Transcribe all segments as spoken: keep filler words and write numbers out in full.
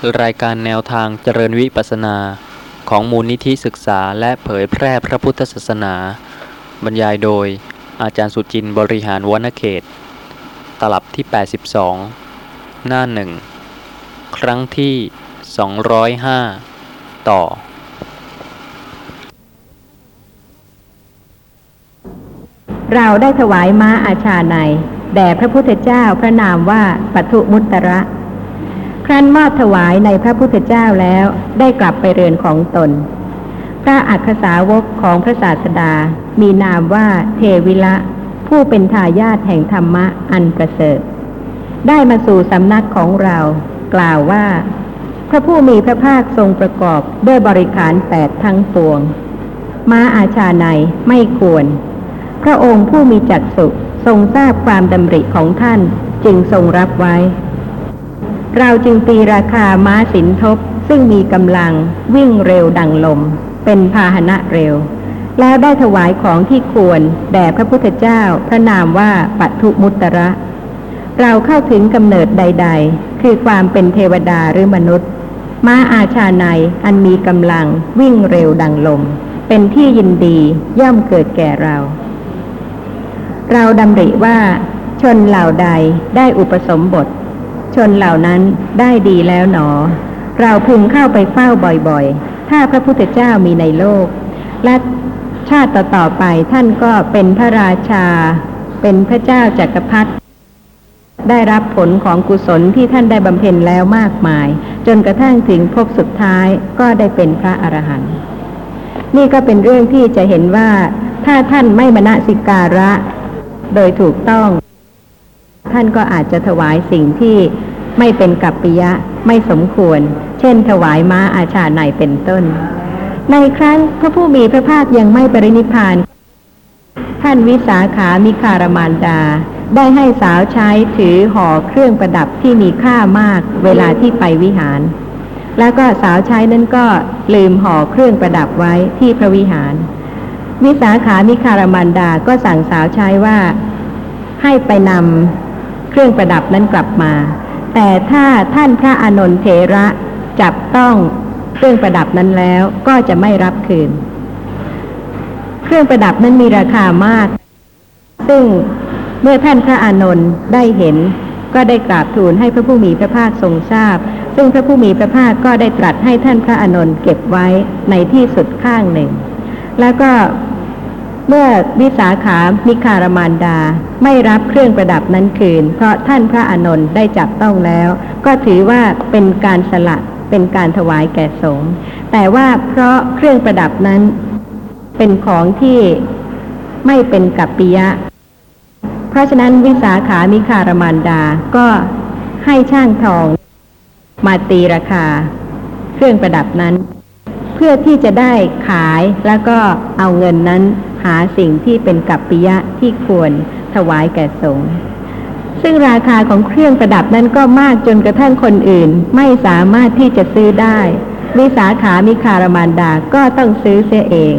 รายการแนวทางเจริญวิปัสสนาของมูลนิธิศึกษาและเผยแพร่พระพุทธศาสนาบรรยายโดยอาจารย์สุจินต์บริหารวรรณเขตตลับที่แปดสิบสองหน้าหนึ่งครั้งที่สองร้อยห้าต่อเราได้ถวายม้าอาชาในแด่พระพุทธเจ้าพระนามว่าปัทุมุตตระครั้นมอบถวายในพระพุทธเจ้าแล้วได้กลับไปเรือนของตนพระอัคคสาวกของพระศาสดามีนามว่าเทวิละผู้เป็นทายาทแห่งธรรมะอันประเสริฐได้มาสู่สำนักของเรากล่าวว่าพระผู้มีพระภาคทรงประกอบด้วยบริขารแปดทั้งปวงม้าอาชาในไม่ควรพระองค์ผู้มีจักษุทรงทราบความดำริของท่านจึงทรงรับไว้เราจึงตีราคาม้าสินทบซึ่งมีกำลังวิ่งเร็วดังลมเป็นพาหนะเร็วแล้วได้ถวายของที่ควรแด่พระพุทธเจ้าพระนามว่าปัทุมุตตระเราเข้าถึงกำเนิดใดๆคือความเป็นเทวดาหรือมนุษย์ม้าอาชาในอันมีกำลังวิ่งเร็วดังลมเป็นที่ยินดีย่อมเกิดแก่เราเราดำริว่าชนเหล่าใดได้อุปสมบทชนเหล่านั้นได้ดีแล้วหนอเราพึงเข้าไปเฝ้าบ่อยๆถ้าพระพุทธเจ้ามีในโลกและชาติต่อๆไปท่านก็เป็นพระราชาเป็นพระเจ้าจักรพรรดิได้รับผลของกุศลที่ท่านได้บำเพ็ญแล้วมากมายจนกระทั่งถึงภพสุดท้ายก็ได้เป็นพระอรหันต์นี่ก็เป็นเรื่องที่จะเห็นว่าถ้าท่านไม่มนสิการะโดยถูกต้องท่านก็อาจจะถวายสิ่งที่ไม่เป็นกัปปิยะไม่สมควรเช่นถวายม้าอาชาในเป็นต้นในครั้งพระผู้มีพระภาคยังไม่ปรินิพพานท่านวิสาขามิคารมารดาได้ให้สาวใช้ถือห่อเครื่องประดับที่มีค่ามากเวลาที่ไปวิหารแล้วก็สาวใช้นั้นก็ลืมห่อเครื่องประดับไว้ที่พระวิหารวิสาขามิคารมารดาก็สั่งสาวใช้ว่าให้ไปนำเครื่องประดับนั้นกลับมาแต่ถ้าท่านพระอานนท์เถระจับต้องเครื่องประดับนั้นแล้วก็จะไม่รับคืนเครื่องประดับนั้นมีราคามากซึ่งเมื่อท่านพระอานนท์ได้เห็นก็ได้กราบทูลให้พระผู้มีพระภาคทรงทราบซึ่งพระผู้มีพระภาคก็ได้ตรัสให้ท่านพระอานนท์เก็บไว้ในที่สุดข้างหนึ่งแล้วก็เมื่อวิสาขามิคารมารดาไม่รับเครื่องประดับนั้นคืนเพราะท่านพระอานนท์ได้จับต้องแล้วก็ถือว่าเป็นการสละเป็นการถวายแก่สงฆ์แต่ว่าเพราะเครื่องประดับนั้นเป็นของที่ไม่เป็นกัปปิยะเพราะฉะนั้นวิสาขามิคารมารดาก็ให้ช่างทองมาตีราคาเครื่องประดับนั้นเพื่อที่จะได้ขายแล้วก็เอาเงินนั้นหาสิ่งที่เป็นกัปปิยะที่ควรถวายแก่สงฆ์ซึ่งราคาของเครื่องประดับนั้นก็มากจนกระทั่งคนอื่นไม่สามารถที่จะซื้อได้วิสาขามิคารมารดาก็ต้องซื้อเสียเอง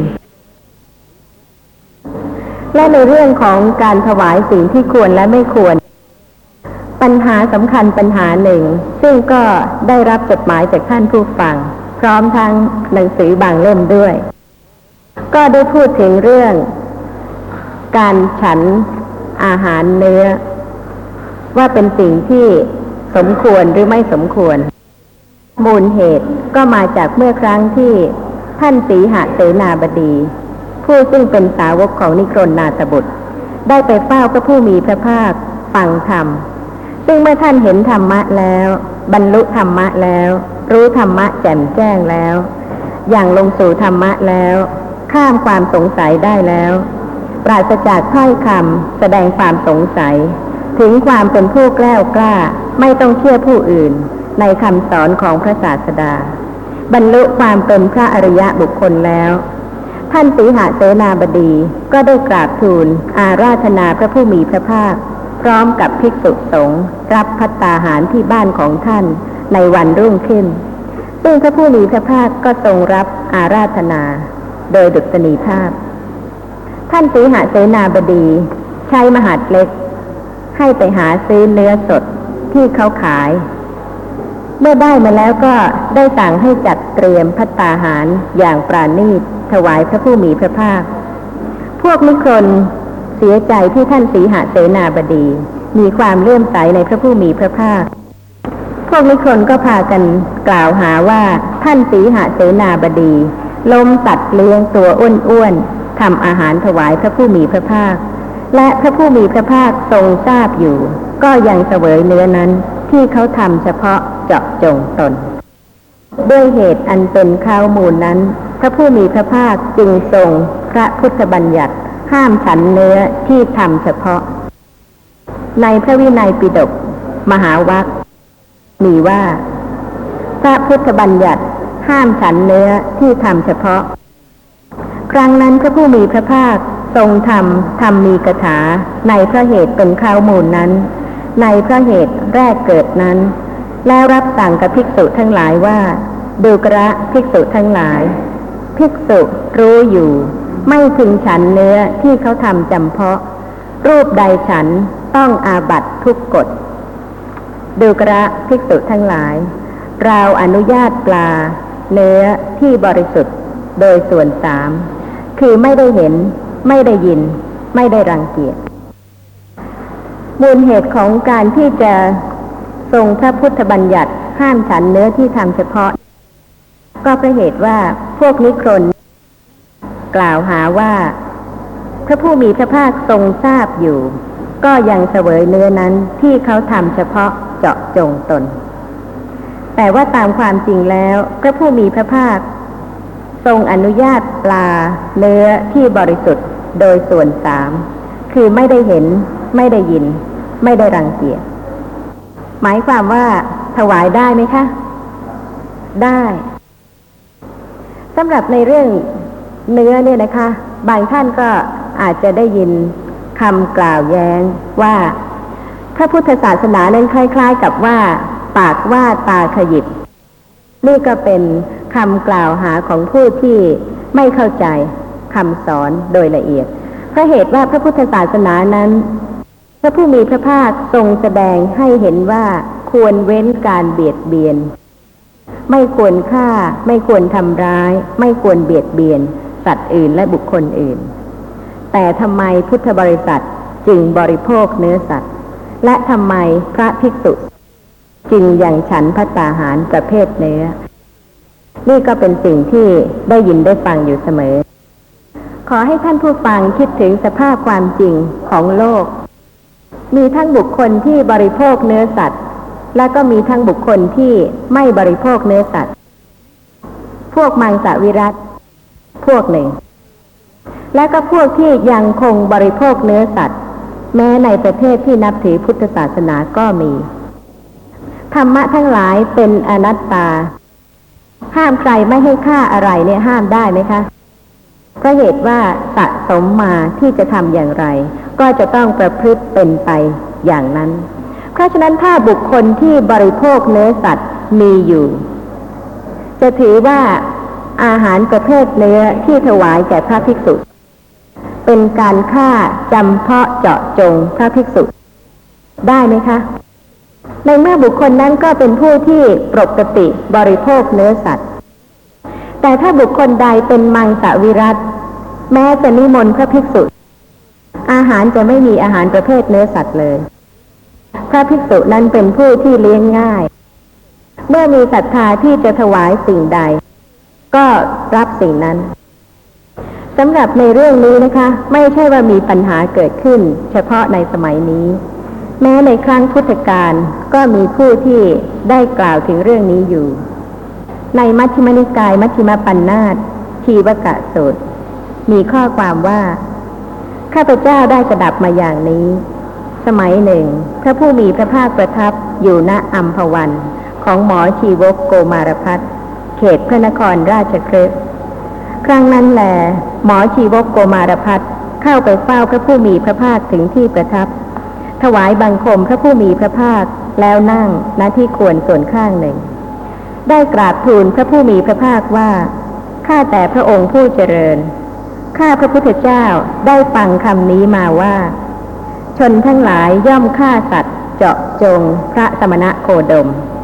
และในเรื่องของการถวายสิ่งที่ควรและไม่ควรปัญหาสำคัญปัญหาหนึ่งซึ่งก็ได้รับจดหมายจากท่านผู้ฟังพร้อมทั้งหนังสือบางเล่มด้วยก็ได้พูดถึงเรื่องการฉันอาหารเนื้อว่าเป็นสิ่งที่สมควรหรือไม่สมควรมูลเหตุก็มาจากเมื่อครั้งที่ท่านสีหเสนาบดีผู้ซึ่งเป็นสาวกของนิครนนาถบุตรได้ไปเฝ้าพระผู้มีพระภาคฟังธรรมซึ่งเมื่อท่านเห็นธรรมะแล้วบรรลุธรรมะแล้วรู้ธรรมะแจ่มแจ้งแล้วอย่างลงสู่ธรรมะแล้วข้ามความสงสัยได้แล้วปราศจากถ้อยคำแสดงความสงสัยถึงความเป็นผู้แกล้วกล้าไม่ต้องเชื่อผู้อื่นในคำสอนของพระศาสดาบรรลุความเป็นพระอริยะบุคคลแล้วท่านสีหเสนาบดีก็ได้กราบทูลอาราธนาพระผู้มีพระภาคพร้อมกับภิกษุสงฆ์รับภัตตาหารที่บ้านของท่านในวันรุ่งขึ้นซึ่งพระผู้มีพระภาคก็ทรงรับอาราธนาโดยดุษณีภาพท่านสีหเสนาบดีใช้มหาดเล็กให้ไปหาซื้อเนื้อสดที่เขาขายเมื่อได้มาแล้วก็ได้สั่งให้จัดเตรียมภัตตาหารอย่างปราณีตถวายพระผู้มีพระภาคพวกนิครนเสียใจที่ท่านสีหเสนาบดีมีความเลื่อมใสในพระผู้มีพระภาคพวกนิครนก็พากันกล่าวหาว่าท่านสีหเสนาบดีล้มสัตว์เลี้ยงตัวอ้วนๆทำอาหารถวายพระผู้มีพระภาคและพระผู้มีพระภาคทรงทราบอยู่ก็ยังเสวยเนื้อนั้นที่เขาทำเฉพาะเจาะจงตนด้วยเหตุอันเป็นข้าวมูลนั้นพระผู้มีพระภาคจึงทรงพระพุทธบัญญัติห้ามฉันเนื้อที่ทำเฉพาะในพระวินัยปิฎกมหาวรรคมีว่าพระพุทธบัญญัติห้ามฉันเนื้อที่ทำเฉพาะครั้งนั้นพระผู้มีพระภาคทรงทำธรรมมีกถาในพระเหตุเป็นข้าวมูลนั้นในพระเหตุแรกเกิดนั้นแล้วรับสั่งกับภิกษุทั้งหลายว่าดูกระภิกษุทั้งหลายภิกษุรู้อยู่ไม่พึงฉันเนื้อที่เขาทำจำเพาะรูปใดฉันต้องอาบัติทุกกฎดูกระภิกษุทั้งหลายเราอนุญาตปลาเนื้อที่บริสุทธิ์โดยส่วนสามคือไม่ได้เห็นไม่ได้ยินไม่ได้รังเกียจมูลเหตุของการที่จะทรงพระพุทธบัญญัติห้ามฉันเนื้อที่ทำเฉพาะก็เพราะเหตุว่าพวกนิครนกล่าวหาว่าพระผู้มีพระภาคทรงทราบอยู่ก็ยังเสวยเนื้อนั้นที่เขาทำเฉพาะเจาะจงตนแต่ว่าตามความจริงแล้วพระผู้มีพระภาคทรงอนุญาตปลาเนื้อที่บริสุทธิ์โดยส่วนสามคือไม่ได้เห็นไม่ได้ยินไม่ได้รังเกียจหมายความว่าถวายได้ไหมคะได้สำหรับในเรื่องเนื้อเนี่ยนะคะบางท่านก็อาจจะได้ยินคำกล่าวแย้งว่าพระพุทธศาสนานั้นคล้ายๆกับว่าปากว่าตาขยิบนี่ก็เป็นคำกล่าวหาของผู้ที่ไม่เข้าใจคำสอนโดยละเอียดเพราะเหตุว่าพระพุทธศาสนานั้นพระผู้มีพระภาคทรงแสดงให้เห็นว่าควรเว้นการเบียดเบียนไม่ควรฆ่าไม่ควรทำร้ายไม่ควรเบียดเบียนสัตว์อื่นและบุคคลอื่นแต่ทำไมพุทธบริษัทจึงบริโภคเนื้อสัตว์และทำไมพระภิกษุจึงยังฉันภัตตาหารประเภทเนื้อนี่ก็เป็นสิ่งที่ได้ยินได้ฟังอยู่เสมอขอให้ท่านผู้ฟังคิดถึงสภาพความจริงของโลกมีทั้งบุคคลที่บริโภคเนื้อสัตว์และก็มีทั้งบุคคลที่ไม่บริโภคเนื้อสัตว์พวกมังสวิรัติพวกหนึ่งและก็พวกที่ยังคงบริโภคเนื้อสัตว์แม้ในประเทศที่นับถือพุทธศาสนาก็มีธรรมะทั้งหลายเป็นอนัตตาห้ามใครไม่ให้ฆ่าอะไรเนี่ยห้ามได้ไหมคะเพราะเหตุว่าสะสมมาที่จะทำอย่างไรก็จะต้องประพฤติเป็นไปอย่างนั้นเพราะฉะนั้นถ้าบุคคลที่บริโภคเนื้อสัตว์มีอยู่จะถือว่าอาหารประเภทเนื้อที่ถวายแก่พระภิกษุเป็นการฆ่าจำเพาะเจาะจงพระภิกษุได้ไหมคะในเมื่อบุคคลนั้นก็เป็นผู้ที่ปกติบริโภคเนื้อสัตว์แต่ถ้าบุคคลใดเป็นมังสวิรัติแม้จะนิมนต์พระภิกษุอาหารจะไม่มีอาหารประเภทเนื้อสัตว์เลยพระภิกษุนั้นเป็นผู้ที่เลี้ยงง่ายเมื่อมีศรัทธาที่จะถวายสิ่งใดก็รับสิ่งนั้นสำหรับในเรื่องนี้นะคะไม่ใช่ว่ามีปัญหาเกิดขึ้นเฉพาะในสมัยนี้แม้ในครั้งพุทธกาลก็มีผู้ที่ได้กล่าวถึงเรื่องนี้อยู่ในมัชฌิมนิกายมัชฌิมปัญนาตชีวกะสูตรมีข้อความว่าข้าพเจ้าได้สดับมาอย่างนี้สมัยหนึ่งพระผู้มีพระภาคประทับอยู่ณอัมพวันของหมอชีวกโกมารพัสเขตพระนครราชคฤห์ครั้งนั้นแลหมอชีวกโกมารพัสเข้าไปเฝ้าพระผู้มีพระภาคถึงที่ประทับถวายบังคมพระผู้มีพระภาคแล้วนั่งณที่ควรส่วนข้างหนึ่งได้กราบทูลพระผู้มีพระภาคว่าข้าแต่พระองค์ผู้เจริญข้าพระพุทธเจ้าได้ฟังคำนี้มาว่าชนทั้งหลายย่อมฆ่าสัตว์เจาะจงพระสมณโคดม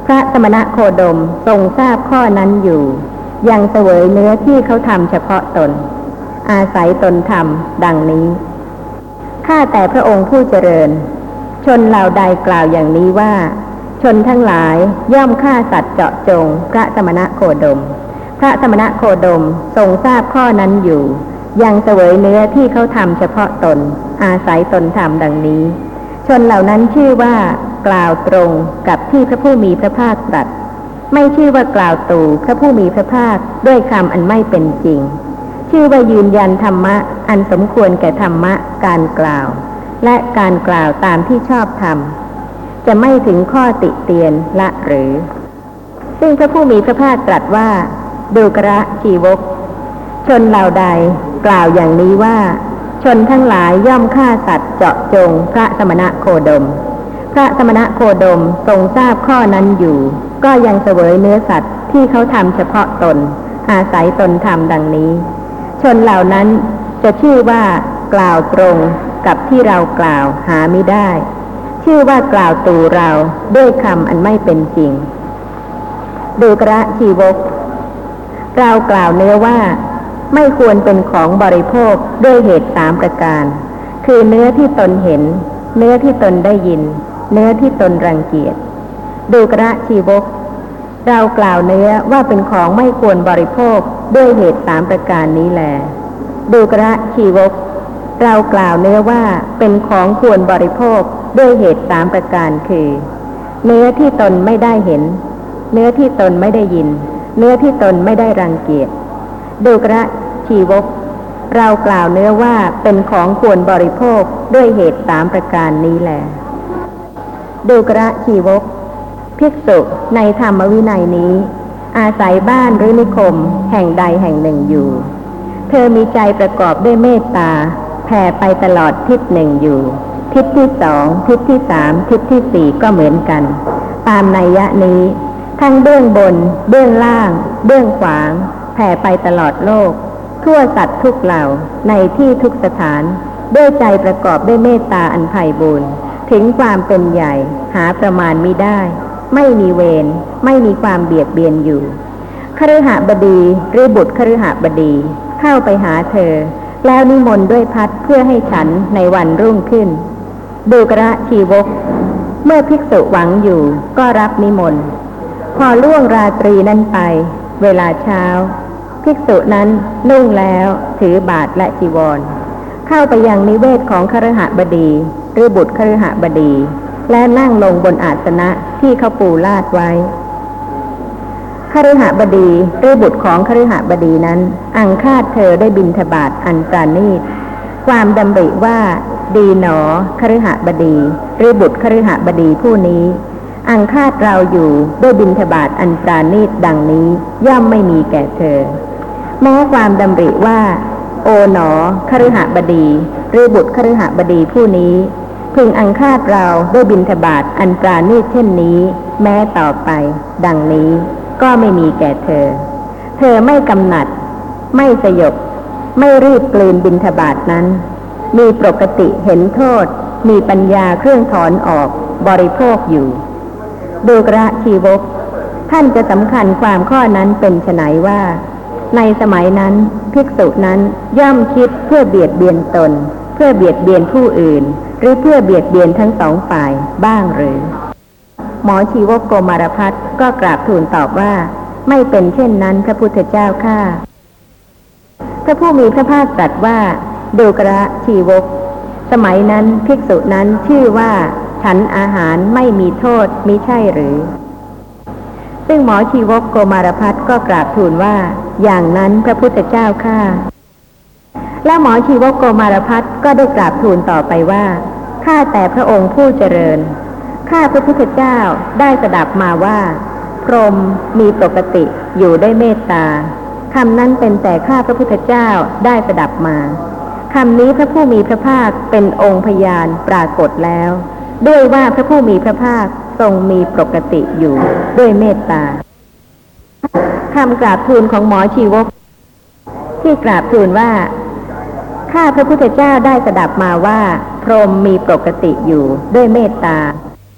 พระสมณโคดมทรงทราบข้อนั้นอยู่ยังเสวยเนื้อที่เขาทำเฉพาะตนอาศัยตนทำดังนี้ข้าแต่พระองค์ผู้เจริญชนเหล่าใดกล่าวอย่างนี้ว่าชนทั้งหลายย่อมฆ่าสัตว์เจาะจงพระสมณโคดมพระสมณโคดมทรงทราบข้อนั้นอยู่ยังเสวยเนื้อที่เขาทำเฉพาะตนอาศัยตนทำดังนี้ชนเหล่านั้นชื่อว่ากล่าวตรงกับที่พระผู้มีพระภาคตรัสไม่ชื่อว่ากล่าวตู่พระผู้มีพระภาคด้วยคำอันไม่เป็นจริงชื่อว่ายืนยันธรรมะอันสมควรแก่ธรรมะการกล่าวและการกล่าวตามที่ชอบธรรมจะไม่ถึงข้อติเตียนละหรือซึ่งพระผู้มีพระภาคตรัสว่าดูกระชีวกชนเหล่าใดกล่าวอย่างนี้ว่าชนทั้งหลายย่อมฆ่าสัตว์เจาะจงพระสมณโคดมพระสมณโคดมทรงทราบข้อนั้นอยู่ก็ยังเสวยเนื้อสัตว์ที่เขาทำเฉพาะตนอาศัยตนทำดังนี้ชนเหล่านั้นจะชื่อว่ากล่าวตรงกับที่เรากล่าวหาไม่ได้ชื่อว่ากล่าวตู่เราด้วยคำอันไม่เป็นจริงดูกระชีวกเรากล่าวเนื้อว่าไม่ควรเป็นของบริโภคด้วยเหตุสามประการคือเนื้อที่ตนเห็นเนื้อที่ตนได้ยินเนื้อที่ตนรังเกียจดูกระชีวกเรากล่าวเนื้อว่าเป็นของไม่ควรบริโภคด้วยเหตุสามประการนี้แลดูกระชีวกเรากล่าวเนื้อว่าเป็นของควรบริโภคด้วยเหตุสามประการคือเนื้อที่ตนไม่ได้เห็นเนื้อที่ตนไม่ได้ยินเนื้อที่ตนไม่ได้รังเกียจดูกระชีวกเรากล่าวเนื้อว่าเป็นของควรบริโภคด้วยเหตุสามประการนี้แลดูกระชีวกภิกษุในธรรมวินัยนี้อาศัยบ้านหรือนิคมแห่งใดแห่งหนึ่งอยู่เธอมีใจประกอบด้วยเมตตาแผ่ไปตลอดทิศหนึ่งอยู่ทิศที่สองทิศที่สามทิศที่สี่ก็เหมือนกันตามนัยยะนี้ทั้งเบื้องบนเบื้องล่างเบื้องขวางแผ่ไปตลอดโลกทั่วสัตว์ทุกเหล่าในที่ทุกสถานด้วยใจประกอบด้วยเมตตาอันไพบูลย์ถึงความเป็นใหญ่หาประมาณมิได้ไม่มีเวรไม่มีความเบียดเบียนอยู่คฤหบดีหรือบุตรคฤหบดีเข้าไปหาเธอแล้วนิมนต์ด้วยพัดเพื่อให้ฉันในวันรุ่งขึ้นดูกระชีวกเมื่อภิกษุหวังอยู่ก็รับนิมนต์พอล่วงราตรีนั้นไปเวลาเช้าภิกษุนั้นนุ่งแล้วถือบาตรและจีวรเข้าไปยังนิเวศของคฤหบดีหรือบุตรคฤหบดีและนั่งลงบนอาสนะที่เขาปูลาดไว้คฤหบดีหรือบุตรของคฤหบดีนั้นอังคาดเธอได้บิณฑบาตอันปราณีตความดำริว่าดีหนอคฤหบดีหรือบุตรคฤหบดีผู้นี้อังคาดเราอยู่ด้วยบิณฑบาตอันปราณีตดังนี้ย่อมไม่มีแก่เธอแม้ความดำริว่าโอ๋หนอคฤหบดีหรือบุตรคฤหบดีผู้นี้พึงอังคาดเราด้วยบิณฑบาตอันปราณีตเช่นนี้แม้ต่อไปดังนี้ก็ไม่มีแก่เธอเธอไม่กำหนัดไม่สยบไม่รีบกลืนบิณฑบาตนั้นมีปกติเห็นโทษมีปัญญาเครื่องถอนออกบริโภคอยู่ดูกระชีวกท่านจะสำคัญความข้อนั้นเป็นไฉนว่าในสมัยนั้นภิกษุนั้นย่อมคิดเพื่อเบียดเบียนตนเพื่อเบียดเบียนผู้อื่นหรือเพื่อเบียดเบียนทั้งสองฝ่ายบ้างหรือหมอชีวกโกมารพัสก็กราบทูลตอบว่าไม่เป็นเช่นนั้นพระพุทธเจ้าข้าพระผู้มีพระภาคตรัสว่าดูกระชีวกสมัยนั้นภิกษุนั้นชื่อว่าฉันอาหารไม่มีโทษมิใช่หรือซึ่งหมอชีวกโกมารพัสก็กราบทูลว่าอย่างนั้นพระพุทธเจ้าข้าและหมอชีวกโกมารพัสก็ได้กราบทูลต่อไปว่าข้าแต่พระองค์ผู้เจริญข้าพระพุทธเจ้าได้สดับมาว่าพรหมมีปกติอยู่ด้วยเมตตาคำนั้นเป็นแต่ข้าพระพุทธเจ้าได้สดับมาคำนี้พระผู้มีพระภาคเป็นองค์พยานปรากฏแล้วด้วยว่าพระผู้มีพระภาคทรงมีปกติอยู่ด้วยเมตตาคำกราบทูลของหมอชีวกที่กราบทูลว่าข้าพระพุทธเจ้าได้สดับมาว่าพรหมมีปกติอยู่ด้วยเมตตา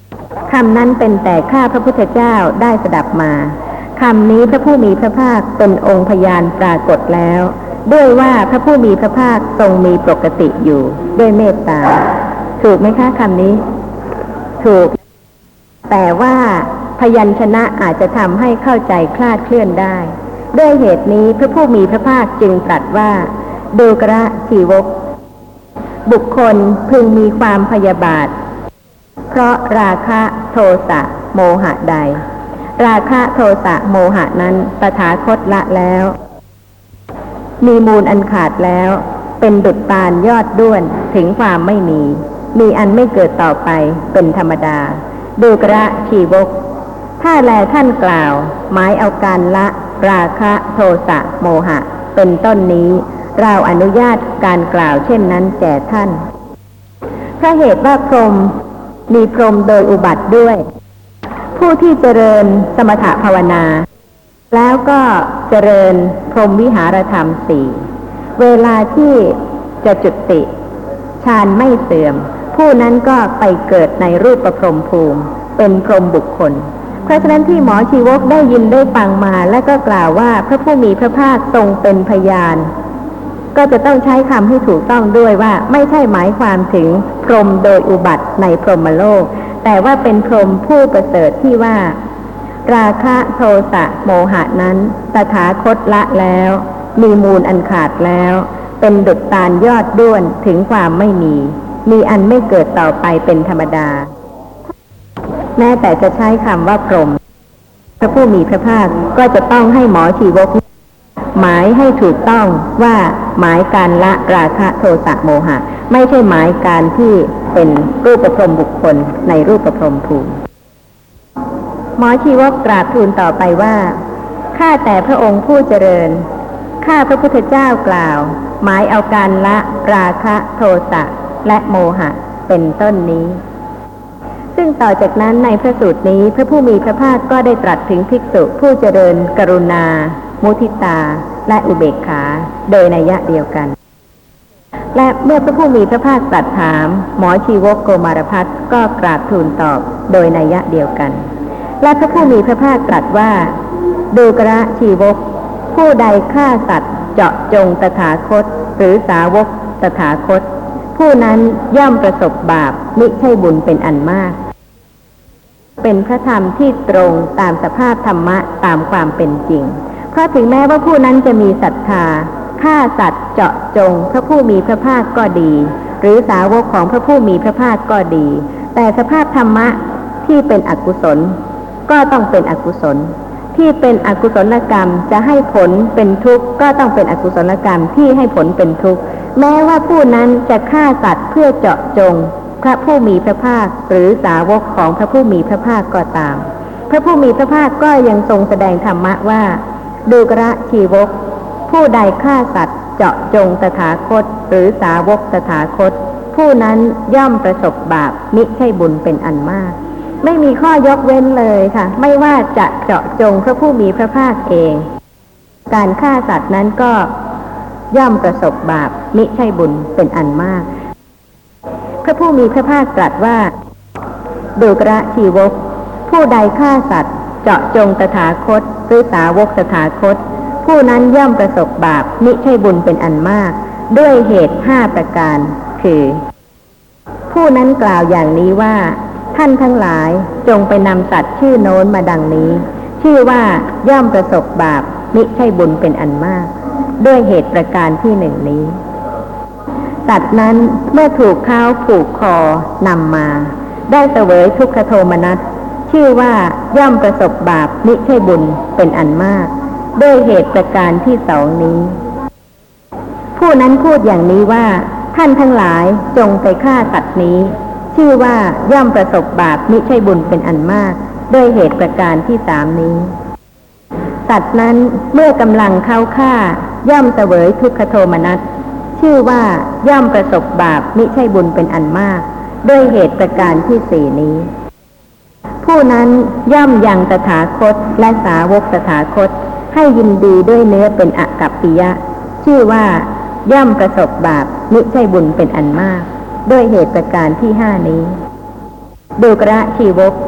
คำนั้นเป็นแต่ข้าพระพุทธเจ้าได้สดับมาคำนี้พระผู้มีพระภาคเป็นองค์พยานปรากฏแล้วด้วยว่าพระผู้มีพระภาคทรงมีปกติอยู่ด้วยเมตตาถูกไหมคะคำนี้ถูกแต่ว่าพยัญชนะอาจจะทำให้เข้าใจคลาดเคลื่อนได้ด้วยเหตุนี้พระผู้มีพระภาคจึงตรัสว่าดูกระชีวกบุคคลพึงมีความพยาบาทเพราะราคะโทสะโมหะใดราคะโทสะโมหะนั้นตถาคตละแล้วมีมูลอันขาดแล้วเป็นดุจตาลยอดด้วนถึงความไม่มีมีอันไม่เกิดต่อไปเป็นธรรมดาดูกระชีวกถ้าแลท่านกล่าวหมายเอาการละราคะโทสะโมหะเป็นต้นนี้เราอนุญาตการกล่าวเช่นนั้นแก่ท่านเพราะเหตุว่าพรหมมีพรหมโดยอุบัติด้วยผู้ที่เจริญสมถภาวนาแล้วก็เจริญพรหมวิหารธรรมสี่เวลาที่จะจุติฌานไม่เสื่อมผู้นั้นก็ไปเกิดในรูปพรหมภูมิเป็นพรหมบุคคลเพราะฉะนั้นที่หมอชีวกได้ยินได้ฟังมาและก็กล่าวว่าพระผู้มีพระภาคทรงเป็นพยานก็จะต้องใช้คำให้ถูกต้องด้วยว่าไม่ใช่หมายความถึงพรหมโดยอุบัติในพรหมโลกแต่ว่าเป็นพรหมผู้ประเสริฐที่ว่าราคะโทสะโมหะนั้นตถาคตละแล้วมีมูลอันขาดแล้วเป็นดุจตาลยอดด้วนถึงความไม่มีมีอันไม่เกิดต่อไปเป็นธรรมดาแม้แต่จะใช้คำว่าพรหมพระผู้มีพระภาคก็จะต้องให้หมอชีวกหมายให้ถูกต้องว่าหมายการละราคะโทสะโมหะไม่ใช่หมายการที่เป็นรูปพรหมบุคคลในรูปพรหมภูมิหมอชีวกกราบทูลต่อไปว่าข้าแต่พระองค์ผู้เจริญข้าพระพุทธเจ้ากล่าวหมายเอาการละราคะโทสะและโมหะเป็นต้นนี้ซึ่งต่อจากนั้นในพระสูตรนี้พระผู้มีพระภาคก็ได้ตรัสถึงภิกษุผู้เจริญกรุณามุทิตาและอุเบกขาโดยนัยยะเดียวกันและเมื่อพระผู้มีพระภาคตรัสถามหมอชีวกโกมารพัสก็กราบทูลตอบโดยนัยยะเดียวกันและพระผู้มีพระภาคตรัสว่าดูกระชีวกผู้ใดฆ่าสัตว์เจาะจงตถาคตหรือสาวกตถาคตผู้นั้นย่อมประสบบาปมิใช่บุญเป็นอันมากเป็นพระธรรมที่ตรงตามสภาพธรรมะตามความเป็นจริงเพราะถึงแม้ว่าผู้นั้นจะมีศรัทธาฆ่าสัตว์เจาะจงพระผู้มีพระภาคก็ดีหรือสาวกของพระผู้มีพระภาคก็ดีแต่สภาพธรรมะที่เป็นอกุศลก็ต้องเป็นอกุศลที่เป็นอกุศลกรรมจะให้ผลเป็นทุกข์ก็ต้องเป็นอกุศลกรรมที่ให้ผลเป็นทุกข์แม้ว่าผู้นั้นจะฆ่าสัตว์เพื่อเจาะจงพระผู้มีพระภาคหรือสาวกของพระผู้มีพระภาคก็ตามพระผู้มีพระภาคก็ยังทรงแสดงธรรมะว่าดูกระชีวกผู้ใดฆ่าสัตว์เจาะจงตถาคตหรือสาวกตถาคตผู้นั้นย่อมประสบบาปมิใช่บุญเป็นอันมากไม่มีข้อยกเว้นเลยค่ะไม่ว่าจะเจาะจงพระผู้มีพระภาคเองการฆ่าสัตว์นั้นก็ย่อมประสบบาปมิใช่บุญเป็นอันมากพระผู้มีพระภาคตรัสว่าดูกระชีวกผู้ใดฆ่าสัตว์เจาะจงตถาคตหรือสาวกตถาคตผู้นั้นย่อมประสบบาปมิใช่บุญเป็นอันมากด้วยเหตุห้าประการคือผู้นั้นกล่าวอย่างนี้ว่าท่านทั้งหลายจงไปนำสัตว์ชื่อโน้นมาดังนี้ชื่อว่าย่อมประสบบาปมิใช่บุญเป็นอันมากด้วยเหตุประการที่หนึ่งนี้สัตว์นั้นเมื่อถูกเขาผูกคอนำมาได้เสวยทุกขโทมนัสชื่อว่าย่อมประสบบาปมิใช่บุญเป็นอันมากด้วยเหตุประการที่สองนี้ผู้นั้นพูดอย่างนี้ว่าท่านทั้งหลายจงไปฆ่าสัตว์นี้ชื่อว่าย่อมประสบบาปมิใช่บุญเป็นอันมากด้วยเหตุประการที่สามนี้สัตว์นั้นเมื่อกำลังเข้าฆ่าย่อมเสวยทุกขโทมนัสชื่อว่าย่อมประสบบาปมิใช่บุญเป็นอันมากด้วยเหตุประการที่สี่นี้ผู้นั้นย่อมยังตถาคตและสาวกตถาคตให้ยินดีด้วยเนื้อเป็นอกัปปิยะชื่อว่าย่อมประสบบาปมิใช่บุญเป็นอันมากด้วยเหตุประการที่ห้านี้ดูกระชีวก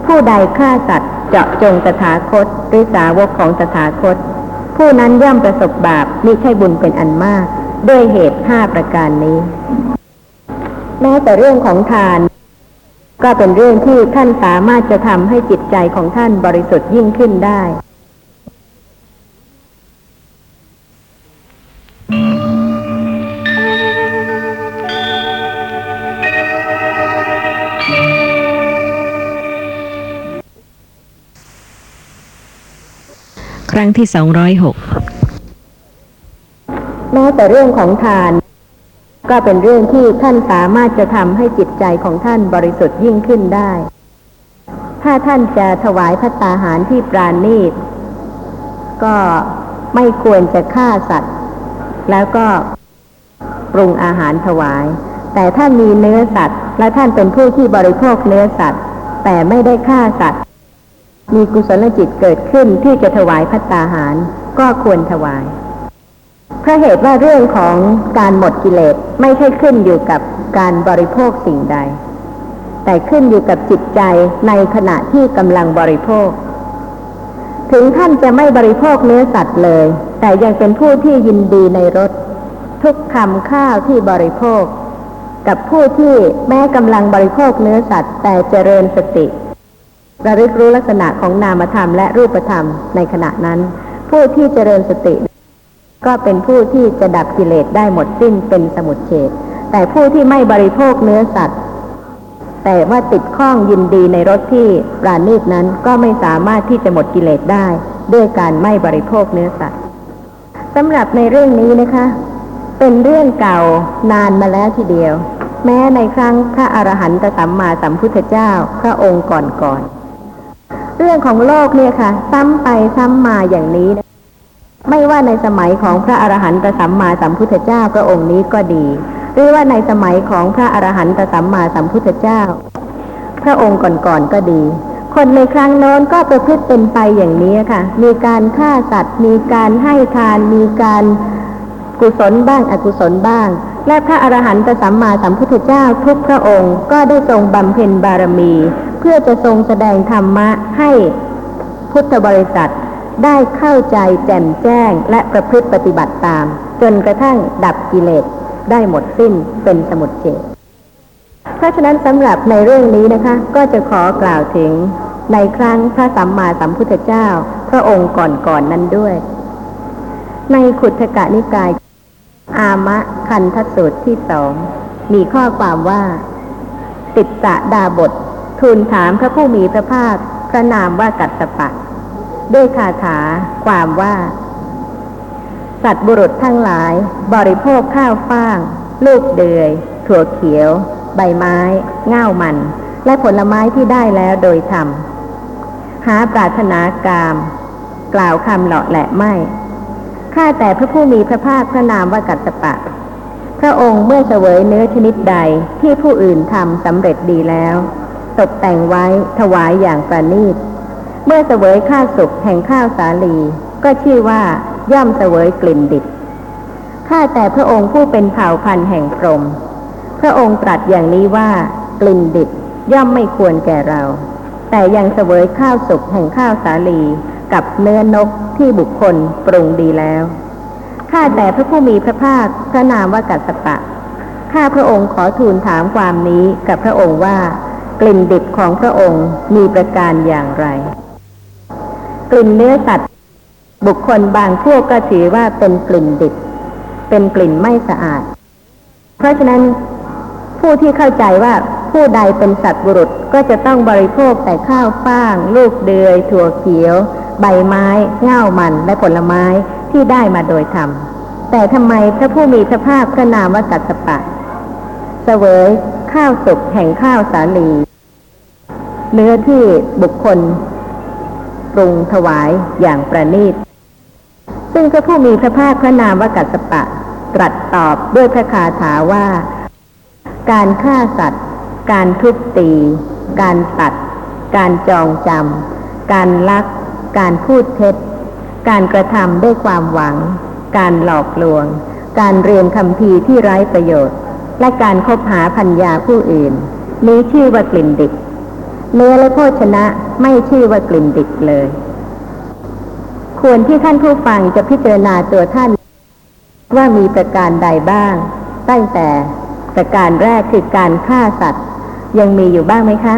ผู้ใดฆ่าสัตว์เจาะจงตถาคตหรือสาวกของตถาคตผู้นั้นย่อมประสบบาปมิใช่บุญเป็นอันมากด้วยเหตุห้าประการนี้แม้แต่เรื่องของทานก็เป็นเรื่องที่ท่านสามารถจะทำให้จิตใจของท่านบริสุทธิ์ยิ่งขึ้นได้ครั้งที่สองร้อยหกแม้แต่เรื่องของทานก็เป็นเรื่องที่ท่านสามารถจะทำให้จิตใจของท่านบริสุทธิ์ยิ่งขึ้นได้ถ้าท่านจะถวายภัตตาหารที่ปราณีตก็ไม่ควรจะฆ่าสัตว์แล้วก็ปรุงอาหารถวายแต่ถ้ามีเนื้อสัตว์และท่านเป็นผู้ที่บริโภคเนื้อสัตว์แต่ไม่ได้ฆ่าสัตว์มีกุศลจิตเกิดขึ้นที่จะถวายภัตตาหารก็ควรถวายเพราะเหตุว่าเรื่องของการหมดกิเลสไม่ใช่ขึ้นอยู่กับการบริโภคสิ่งใดแต่ขึ้นอยู่กับจิตใจในขณะที่กำลังบริโภคถึงท่านจะไม่บริโภคเนื้อสัตว์เลยแต่ยังเป็นผู้ที่ยินดีในรสทุกคำข้าวที่บริโภคกับผู้ที่แม้กำลังบริโภคเนื้อสัตว์แต่เจริญสติระลึกรู้ลักษณะของนามธรรมและรูปธรรมในขณะนั้นผู้ที่เจริญสติก็เป็นผู้ที่จะดับกิเลสได้หมดสิ้นเป็นสมุจเฉทแต่ผู้ที่ไม่บริโภคเนื้อสัตว์แต่ว่าติดข้องยินดีในรสที่ปราณีตนั้นก็ไม่สามารถที่จะหมดกิเลสได้ด้วยการไม่บริโภคเนื้อสัตว์สำหรับในเรื่องนี้นะคะเป็นเรื่องเก่านานมาแล้วทีเดียวแม้ในครั้งพระอรหันตสัมมาสัมพุทธเจ้าพระองค์ก่อนๆเรื่องของโลกเนี่ยค่ะซ้ำไปซ้ำมาอย่างนี้ไม่ว่าในสมัยของพระอรหันตสัมมาสัมพุทธเจ้าพระองค์นี้ก็ดีหรือว่าในสมัยของพระอรหันตสัมมาสัมพุทธเจ้าพระองค์ก่อนๆก็ดีคนในครั้งโน้นก็ประพฤติเป็นไปอย่างนี้ค่ะมีการฆ่าสัตว์มีการให้ทานมีการกุศลบ้างอกุศลบ้างและพระอรหันตสัมมาสัมพุทธเจ้าทุกพระองค์ก็ได้ทรงบำเพ็ญบารมีเพื่อจะทรงแสดงธรรมะให้พุทธบริษัทได้เข้าใจแจ่มแจ้งและประพฤติปฏิบัติตามจนกระทั่งดับกิเลสได้หมดสิ้นเป็นสมุจเฉทเพราะฉะนั้นสำหรับในเรื่องนี้นะคะก็จะขอกล่าวถึงในครั้งพระสัมมาสัมพุทธเจ้าพระองค์ก่อนๆ น, นั้นด้วยในขุททกนิกายอามะคันธสูตรที่สองมีข้อความว่าติสสะดาบททูลถามพระผู้มีพระภาคพระนามว่ากัสสปะด้วยคาถาความว่าสัตว์บุรุษทั้งหลายบริโภคข้าวฟ่างลูกเดือยถั่วเขียวใบไม้ง่าวมันและผลไม้ที่ได้แล้วโดยธรรมหาปรารถนากามกล่าวคำเหลาะแหละไม่ข้าแต่พระผู้มีพระภาคพระนามว่ากัสสปะพระองค์เมื่อเสวยเนื้อชนิดใดที่ผู้อื่นทำสำเร็จดีแล้วตกแต่งไว้ถวายอย่างประณีตเมื่อเสวยข้าวสุกแห่งข้าวสาลีก็ชื่อว่าย่อมเสวยกลิ่นดิบข้าแต่พระองค์ผู้เป็นเผ่าพันธุ์แห่งพรหมพระองค์ตรัสอย่างนี้ว่ากลิ่นดิบย่อมไม่ควรแก่เราแต่ยังเสวยข้าวสุกแห่งข้าวสาลีกับเนื้อนกที่บุคคลปรุงดีแล้วข้าแต่พระผู้มีพระภาคพระนามว่ากัสสปะข้าพระองค์ขอทูลถามความนี้กับพระองค์ว่ากลิ่นดิบของพระองค์มีประการอย่างไรกลิ่นเนื้อสัตว์บุคคลบางพวกก็ถือว่าเป็นกลิ่นดิบเป็นกลิ่นไม่สะอาดเพราะฉะนั้นผู้ที่เข้าใจว่าผู้ใดเป็นสัตว์บุรุษก็จะต้องบริโภคแต่ข้าวฟ่างลูกเดือยถั่วเขียวใบไม้ง่าวมันและผลไม้ที่ได้มาโดยธรรมแต่ทำไมพระผู้มีพระภาคพระนามว่ากัสสปะเสวยข้าวสุกแห่งข้าวสาลีเนื้อที่บุคคลปรุงถวายอย่างประณีตซึ่งพระผู้มีพระภาคพระนามว่ากัสสปะตรัสตอบด้วยพระคาถาว่าการฆ่าสัตว์การทุบตีการตัดการจองจำการลักการพูดเท็จการกระทำด้วยความหวังการหลอกลวงการเรียนคัมภีร์ที่ไร้ประโยชน์และการคบหาภรรยาผู้อื่นนี้ชื่อว่ากลิ่นดิบเนื้อและโภชนะไม่ชื่อว่ากลิ่นดิบเลยควรที่ท่านผู้ฟังจะพิจารณาตัวท่านว่ามีประการใดบ้างตั้งแต่ประการแรกคือการฆ่าสัตว์ยังมีอยู่บ้างไหมคะ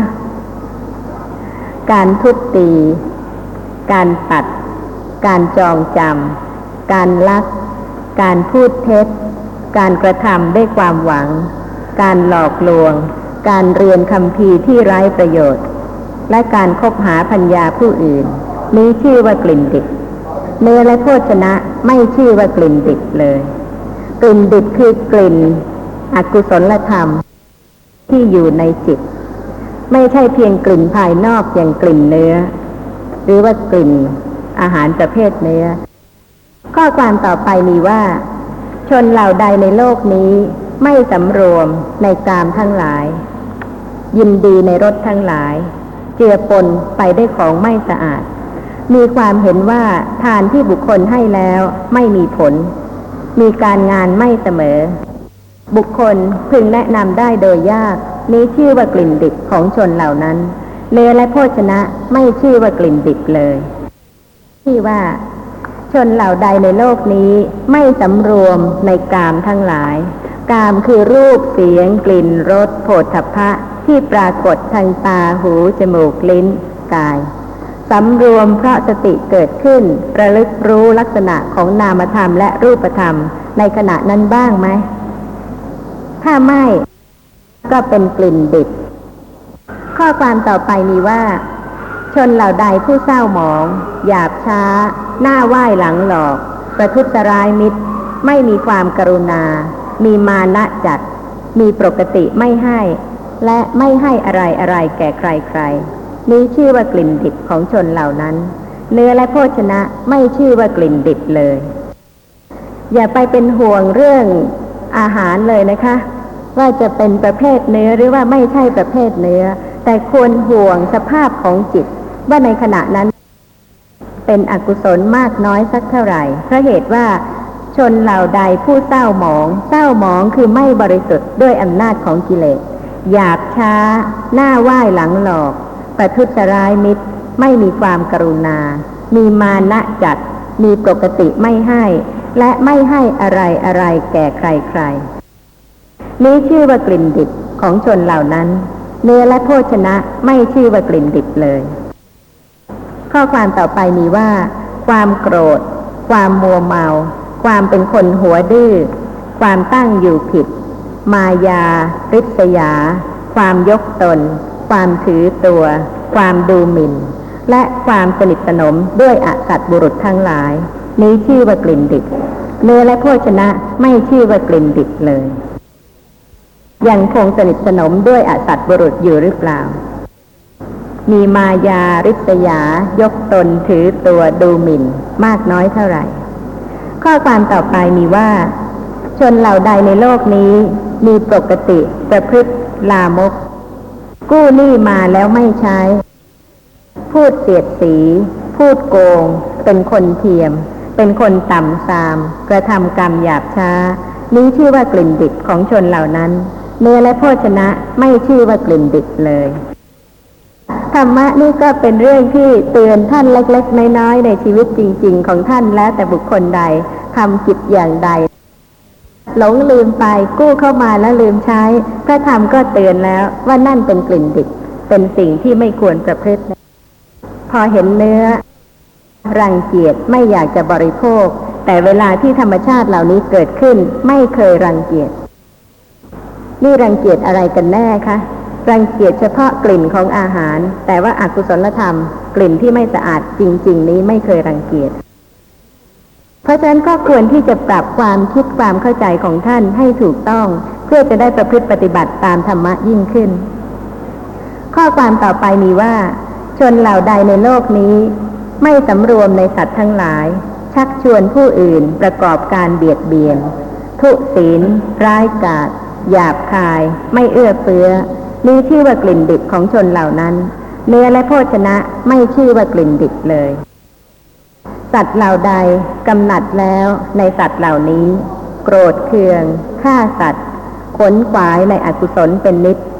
การทุบตีการตัดการจองจำการลักการพูดเท็จการกระทำด้วยความหวังการหลอกลวงการเรียนคัมภีร์ที่ไร้ประโยชน์และการคบหาภรรยาผู้อื่นนี้ชื่อว่ากลิ่นดิบเนื้อและโภชนะไม่ชื่อว่ากลิ่นดิบเลยกลิ่นดิบคือกลิ่นอกุศลธรรมที่อยู่ในจิตไม่ใช่เพียงกลิ่นภายนอกอย่างกลิ่นเนื้อหรือว่ากลิ่นอาหารประเภทเนื้อข้อความต่อไปมีว่าชนเหล่าใดในโลกนี้ไม่สำรวมในกามทั้งหลายยินดีในรสทั้งหลายเจือปนไปได้วยของไม่สะอาดมีความเห็นว่าทานที่บุคคลให้แล้วไม่มีผลมีการงานไม่เสมอบุคคลพึงแนะนำได้โดยยากนี้ชื่อว่ากลิ่นดิบของชนเหล่านั้นเนื้อและโภชนะไม่ชื่อว่ากลิ่นดิบเลยที่ว่าชนเหล่าใดในโลกนี้ไม่สำรวมในกามทั้งหลายกามคือรูปเสียงกลิ่นรสโผฏฐัพพะที่ปรากฏทางตาหูจมูกลิ้นกายสำรวมเพราะสติเกิดขึ้นระลึกรู้ลักษณะของนามธรรมและรูปธรรมในขณะนั้นบ้างไหมถ้าไม่ก็เป็นกลิ่นดิบข้อความต่อไปมีว่าชนเหล่าใดผู้เศร้าหมองหยาบช้าหน้าไหว้หลังหลอกประทุษร้ายมิตรไม่มีความกรุณามีมานะจัดมีปกติไม่ให้และไม่ให้อะไรอะไรแก่ใครๆนี้ชื่อว่ากลิ่นดิบของชนเหล่านั้นเนื้อและโภชนะไม่ชื่อว่ากลิ่นดิบเลยอย่าไปเป็นห่วงเรื่องอาหารเลยนะคะว่าจะเป็นประเภทเนื้อหรือว่าไม่ใช่ประเภทเนื้อแต่ควรห่วงสภาพของจิตว่าในขณะนั้นเป็นอกุศลมากน้อยสักเท่าไหร่เพราะเหตุว่าชนเหล่าใดผู้เศร้าหมองเศร้าหมองคือไม่บริสุทธิ์ด้วยอำนาจของกิเลสหยาบช้าหน้าไหว้หลังหลอกประทุษร้ายมิตรไม่มีความกรุณามีมานะจัดมีปกติไม่ให้และไม่ให้อะไรอะไรแก่ใครๆนี้ชื่อว่ากลิ่นดิบของชนเหล่านั้นเนื้อและโภชนะไม่ชื่อว่ากลิ่นดิบเลยข้อความต่อไปมีว่าความโกรธความมัวเมาความเป็นคนหัวดื้อความตั้งอยู่ผิดมายาริษยาความยกตนความถือตัวความดูหมิ่นและความสนิทสนมด้วยอสัตบุรุษทั้งหลายนี้ชื่อว่ากลิ่นดิบเนื้อและโภชนะไม่ชื่อว่ากลิ่นดิบเลยยังคงสนิทสนมด้วยอสัตบุรุษอยู่หรือเปล่ามีมายาริษยายกตนถือตัวดูหมิ่นมากน้อยเท่าไหร่ข้อความต่อไปมีว่าชนเหล่าใดในโลกนี้มีปกติประพฤติลามกกู้หนี้มาแล้วไม่ใช้พูดเสียดสีพูดโกงเป็นคนเทียมเป็นคนต่ำทรามกระทำกรรมหยาบช้านี้ชื่อว่ากลิ่นดิบของชนเหล่านั้นเนื้อและโภชนะไม่ชื่อว่ากลิ่นดิบเลยธรรมะนี่ก็เป็นเรื่องที่เตือนท่านเล็กๆน้อยๆในชีวิตจริงๆของท่านแล้วแต่บุคคลใดทำกิจอย่างใดหลงลืมไปกู้เข้ามาแล้วลืมใช้พระธรรมก็เตือนแล้วว่านั่นเป็นกลิ่นดิบเป็นสิ่งที่ไม่ควรประพฤติพอเห็นเนื้อรังเกียจไม่อยากจะบริโภคแต่เวลาที่ธรรมชาติเหล่านี้เกิดขึ้นไม่เคยรังเกียจนี่รังเกียจอะไรกันแน่คะรังเกียจเฉพาะกลิ่นของอาหารแต่ว่าอกุศลธรรมกลิ่นที่ไม่สะอาดจริงๆนี้ไม่เคยรังเกียจเพราะฉะนั้นก็ควรที่จะปรับความคิดความเข้าใจของท่านให้ถูกต้องเพื่อจะได้ประพฤติปฏิบัติตามธรรมะยิ่งขึ้นข้อความต่อไปมีว่าชนเหล่าใดในโลกนี้ไม่สำรวมในสัตว์ทั้งหลายชักชวนผู้อื่นประกอบการเบียดเบียนทุศีลร้ายกาจหยาบคายไม่เอื้อเฟื้อนี้ชื่อว่ากลิ่นดิบของชนเหล่านั้นเนื้อและโภชนะไม่ชื่อว่ากลิ่นดิบเลยสัตว์เหล่าใดกำหนัดแล้วในสัตว์เหล่านี้โกรธเคืองฆ่าสัตว์ขนขวายในอกุศลเป็นนิจ